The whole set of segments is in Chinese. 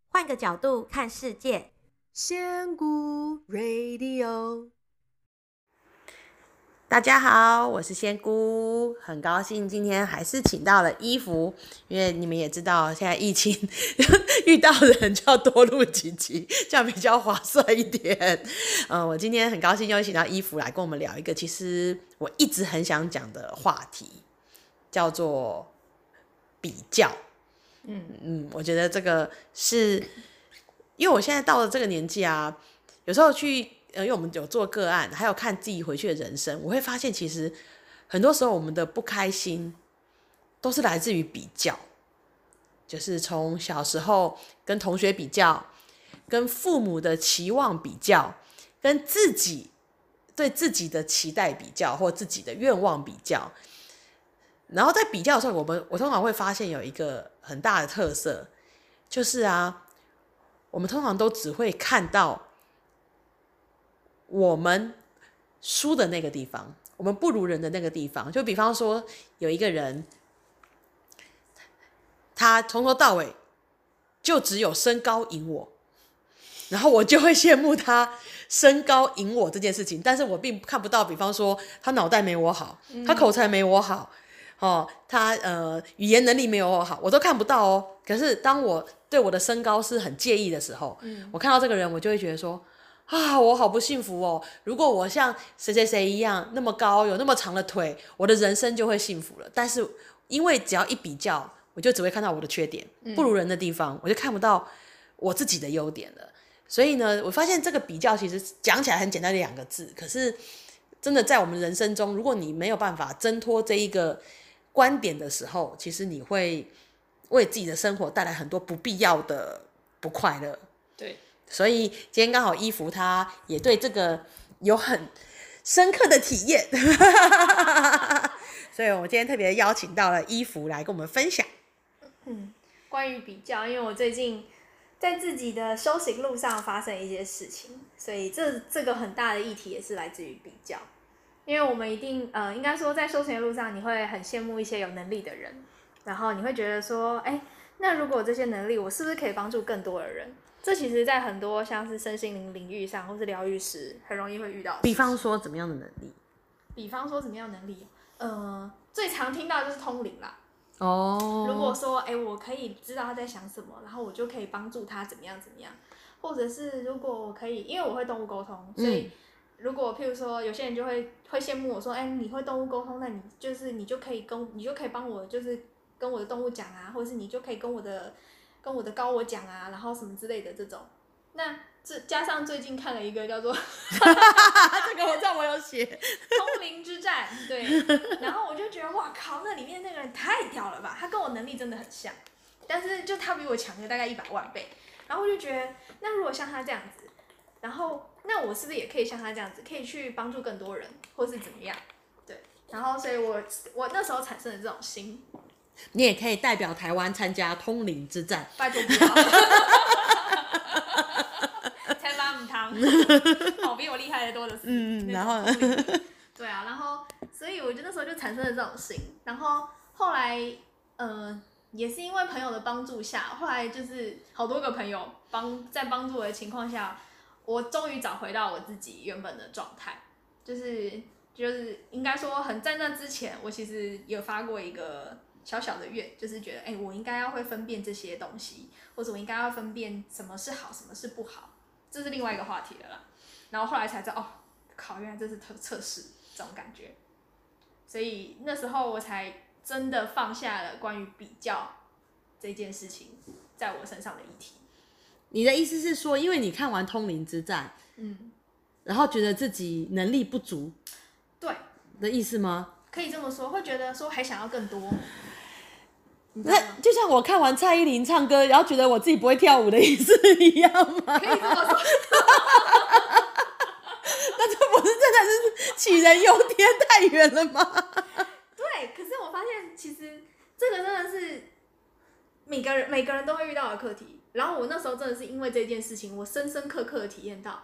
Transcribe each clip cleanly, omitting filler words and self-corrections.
换个角度看世界。 仙姑 Radio， 大家好，我是仙姑，很高兴今天还是请到了衣服，因为你们也知道现在疫情遇到人就要多录几集，这样比较划算一点。我今天很高兴又请到衣服来跟我们聊一个其实我一直很想讲的话题，叫做比较。我觉得这个是因为我现在到了这个年纪啊，有时候去因为我们有做个案，还有看自己回去的人生，我会发现其实很多时候我们的不开心都是来自于比较，就是从小时候跟同学比较，跟父母的期望比较，跟自己对自己的期待比较，或自己的愿望比较。然后在比较的时候，我通常会发现有一个很大的特色，就是我们通常都只会看到我们输的那个地方，我们不如人的那个地方。就比方说有一个人，他从头到尾就只有身高赢我，然后我就会羡慕他身高赢我这件事情，但是我并看不到比方说他脑袋没我好，他口才没我好，他语言能力没有我好，我都看不到哦。可是当我对我的身高是很介意的时候，我看到这个人，我就会觉得说我好不幸福哦。如果我像谁谁谁一样那么高，有那么长的腿，我的人生就会幸福了。但是因为只要一比较，我就只会看到我的缺点，不如人的地方，我就看不到我自己的优点了。所以呢，我发现这个比较其实讲起来很简单的2个字，可是真的在我们人生中，如果你没有办法挣脱这一个观点的时候，其实你会为自己的生活带来很多不必要的不快乐。 对， 所以今天刚好衣服他也对这个有很深刻的体验所以我们今天特别邀请到了衣服来跟我们分享。 关于比较，因为我最近在自己的修行路上发生一些事情，所以这个很大的议题也是来自于比较。因为我们一定应该说在修行的路上，你会很羡慕一些有能力的人，然后你会觉得说，那如果这些能力，我是不是可以帮助更多的人？这其实在很多像是身心灵领域上，或是疗愈师，很容易会遇到的。 比方说怎么样的能力？ 比方说怎么样的能力？最常听到的就是通灵啦。 如果说我可以知道他在想什么，然后我就可以帮助他怎么样怎么样，或者是如果我可以，因为我会动物沟通，所以如果譬如说有些人就会羡慕我说，你会动物沟通，那你就可以帮我就是跟我的动物讲啊，或者是你就可以跟我的高我讲啊，然后什么之类的这种。那这加上最近看了一个叫做这个我知道我有写通灵之战，对，然后我就觉得哇靠，那里面那个人太屌了吧，他跟我能力真的很像，但是就他比我强了大概100万倍，然后我就觉得那如果像他这样子，然后那我是不是也可以像他这样子，可以去帮助更多人，或是怎么样？对，然后所以我那时候产生了这种心。 你也可以代表台湾参加通灵之战， 拜托不要才把母汤好比我厉害的多的是。 然后对啊，然后所以我就那时候就产生了这种心，然后后来也是因为朋友的帮助下，后来就是好多个朋友在帮助我的情况下，我终于找回到我自己原本的状态，就是应该说在那之前，我其实有发过一个小小的愿，就是觉得我应该要会分辨这些东西，或者我应该要分辨什么是好，什么是不好，这是另外一个话题了啦。然后后来才知道，靠，原来这是测试这种感觉，所以那时候我才真的放下了关于比较这件事情在我身上的议题。 你的意思是说，因为你看完通灵之战，然后觉得自己能力不足， 对的意思吗？ 可以这么说，会觉得说还想要更多。 那就像我看完蔡依林唱歌，然后觉得我自己不会跳舞的意思一样吗？ 可以这么说。 那这不是真的是杞人忧天太远了吗？ 对，可是我发现其实这个真的是每个人都会遇到的课题。然后我那时候真的是因为这件事情，我深深刻刻的体验到，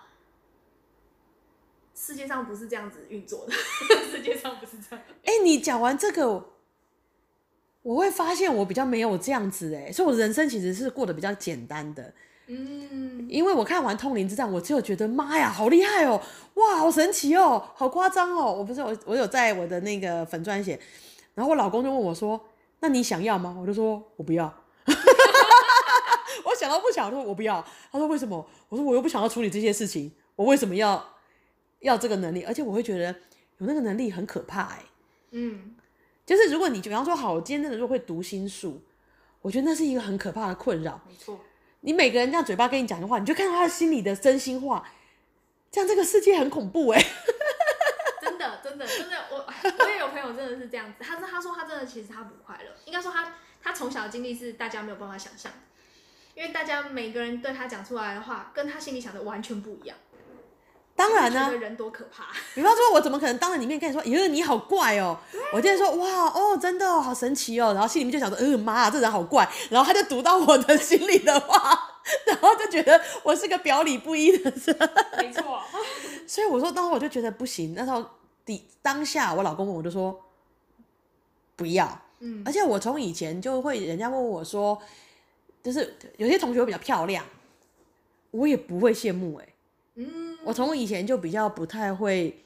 世界上不是这样子运作的，世界上不是这样。 你讲完这个，我会发现我比较没有这样子所以我的人生其实是过得比较简单的。 因为我看完《通灵之战》，我只有觉得妈呀，好厉害哦，哇，好神奇哦，好夸张哦。我有在我的那个粉专写，然后我老公就问我说：“那你想要吗？”我就说：“我不要。”我想到不想，我说我不要。他说为什么？我说我又不想要处理这些事情，我为什么要这个能力？而且我会觉得有那个能力很可怕就是如果你比方说好，我今天真的如果会读心术，我觉得那是一个很可怕的困扰。 没错。 你每个人这样嘴巴跟你讲的话，你就看到他的心里的真心话，这样这个世界很恐怖真的，我也有朋友真的是这样子，他说他真的其实他不快乐，应该说他从小的经历是大家没有办法想象的，因为大家每个人对他讲出来的话，跟他心里想的完全不一样。 当然呢、 觉得人多可怕。 比方说，我怎么可能当着你面跟你说，你好怪哦？我就会说，哇，哦，真的哦，好神奇哦。然后心里面就想说，妈，这人好怪。然后他就读到我的心里的话，然后就觉得我是个表里不一的人。 没错。 所以我说，当时我就觉得不行。那时候当下我老公问我就说不要。而且我从以前就会，人家问我说，就是有些同学会比较漂亮，我也不会羡慕我从以前就比较不太会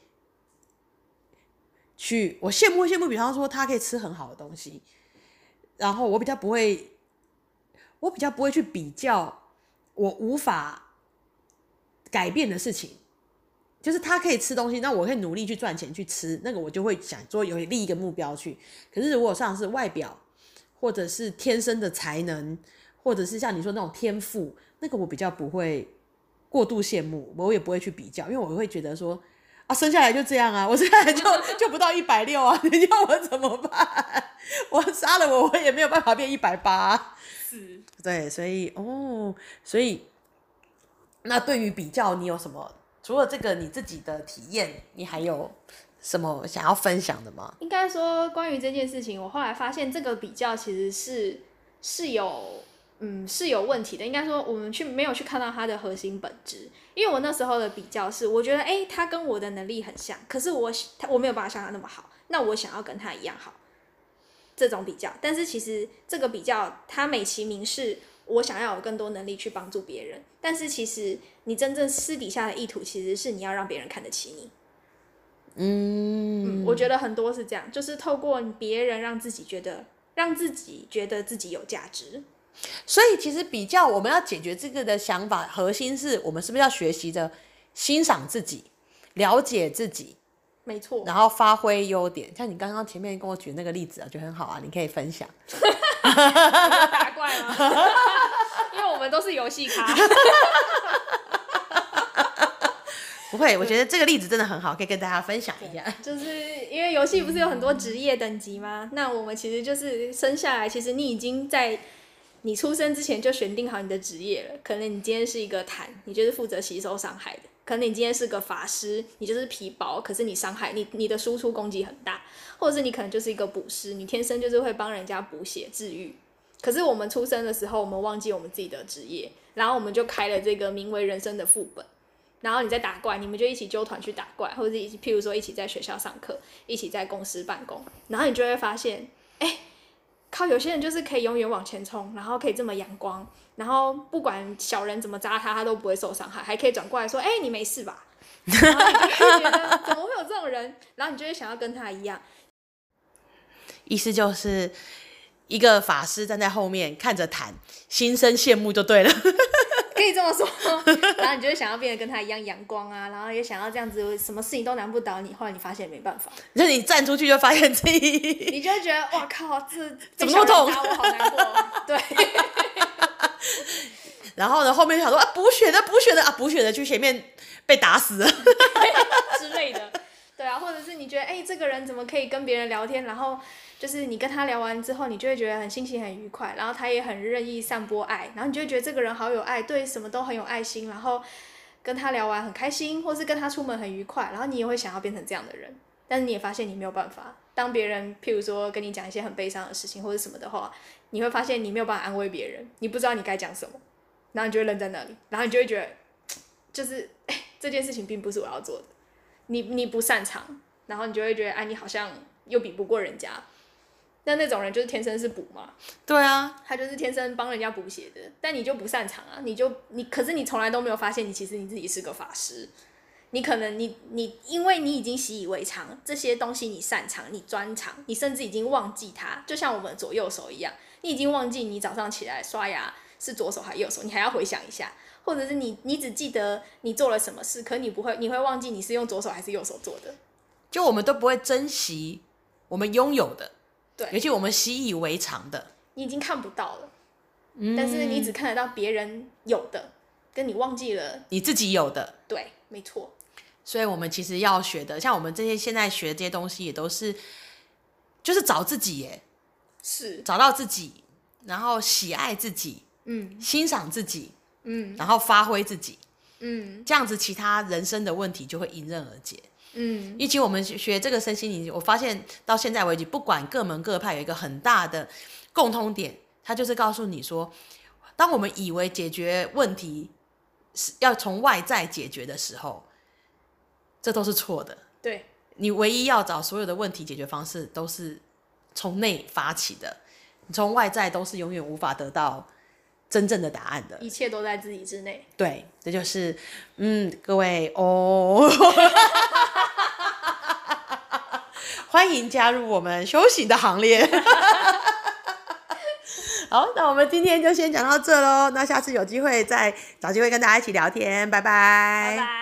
去，我羡慕，比方说他可以吃很好的东西，然后我比较不会去比较我无法改变的事情，就是他可以吃东西，那我可以努力去赚钱去吃，那个我就会想说有另一个目标去。可是如果像是外表，或者是天生的才能，或者是像你说那种天赋，那个我比较不会过度羡慕，我也不会去比较，因为我会觉得说生下来就这样啊，我生下来就不到160啊，你要我怎么办？我杀了我也没有办法变180。 是， 对，所以那对于比较，你有什么？除了这个你自己的体验，你还有什么想要分享的吗？ 应该说关于这件事情，我后来发现这个比较其实是有问题的。应该说我们没有去看到它的核心本质。因为我那时候的比较是，我觉得他跟我的能力很像，可是我没有办法像他那么好，那我想要跟他一样好，这种比较。但是其实这个比较，它美其名是我想要有更多能力去帮助别人，但是其实你真正私底下的意图其实是你要让别人看得起你。我觉得很多是这样，就是透过别人让自己觉得自己有价值。 所以其实比较，我们要解决这个的想法，核心是我们是不是要学习着欣赏自己，了解自己， 没错， 然后发挥优点。像你刚刚前面跟我举那个例子啊，觉得很好啊，你可以分享。 打怪吗？因为我们都是游戏咖。 不会，我觉得这个例子真的很好，可以跟大家分享一下。 就是因为游戏不是有很多职业等级吗？那我们其实就是生下来，其实你已经在你出生之前就选定好你的职业了。可能你今天是一个坛，你就是负责吸收伤害的；可能你今天是个法师，你就是皮薄，可是你伤害你的输出攻击很大；或者是你可能就是一个补师，你天生就是会帮人家补血治愈。可是我们出生的时候，我们忘记我们自己的职业，然后我们就开了这个名为人生的副本。然后你在打怪，你们就一起揪团去打怪，或者是譬如说一起在学校上课，一起在公司办公，然后你就会发现，靠，有些人就是可以永远往前冲，然后可以这么阳光，然后不管小人怎么扎他都不会受伤害，还可以转过来说，你没事吧？然后你就会觉得怎么会有这种人？然后你就会想要跟他一样。 意思就是一个法师站在后面看着坛，心生羡慕就对了。 可以这么说，然后你就会想要变得跟他一样阳光啊，然后也想要这样子，什么事情都难不倒你。后来你发现没办法， 就你站出去就发现自己， 你就会觉得哇靠，这怎么那么痛？ 我好难过。对。 然后呢，后面就想说补血的，补血的去前面被打死了之类的。对啊，或者是你觉得这个人怎么可以跟别人聊天，然后就是你跟他聊完之后，你就会觉得心情很愉快，然后他也很任意散播爱，然后你就会觉得这个人好有爱，对什么都很有爱心，然后跟他聊完很开心，或是跟他出门很愉快，然后你也会想要变成这样的人。但是你也发现你没有办法，当别人譬如说跟你讲一些很悲伤的事情或者什么的话，你会发现你没有办法安慰别人，你不知道你该讲什么，然后你就会愣在那里，然后你就会觉得就是这件事情并不是我要做的，你不擅长，然后你就会觉得你好像又比不过人家， 那种人就是天生是补嘛， 对啊， 他就是天生帮人家补血的，但你就不擅长啊，可是你从来都没有发现其实你自己是个法师。你可能你因为你已经习以为常，这些东西你擅长，你专长，你甚至已经忘记它，就像我们左右手一样，你已经忘记你早上起来刷牙是左手还是右手，你还要回想一下，或者是你只记得你做了什么事，可你会忘记你是用左手还是右手做的， 就我们都不会珍惜我们拥有的， 对， 尤其我们习以为常的， 你已经看不到了，但是你只看得到别人有的，跟你忘记了你自己有的， 对，没错。 所以我们其实要学的，像我们这些现在学的这些东西，也都是就是找自己耶， 是找到自己，然后喜爱自己，欣赏自己，然后发挥自己，这样子其他人生的问题就会迎刃而解。以及我们学这个身心灵，我发现到现在为止，不管各门各派，有一个很大的共通点，它就是告诉你说，当我们以为解决问题是要从外在解决的时候，这都是错的。 对， 你唯一要找所有的问题解决方式都是从内发起的，你从外在都是永远无法得到真正的答案的。 一切都在自己之内。 对，这就是各位哦，欢迎加入我们修行的行列。好，那我们今天就先讲到这咯，那下次有机会再找机会跟大家一起聊天，拜拜。 拜拜。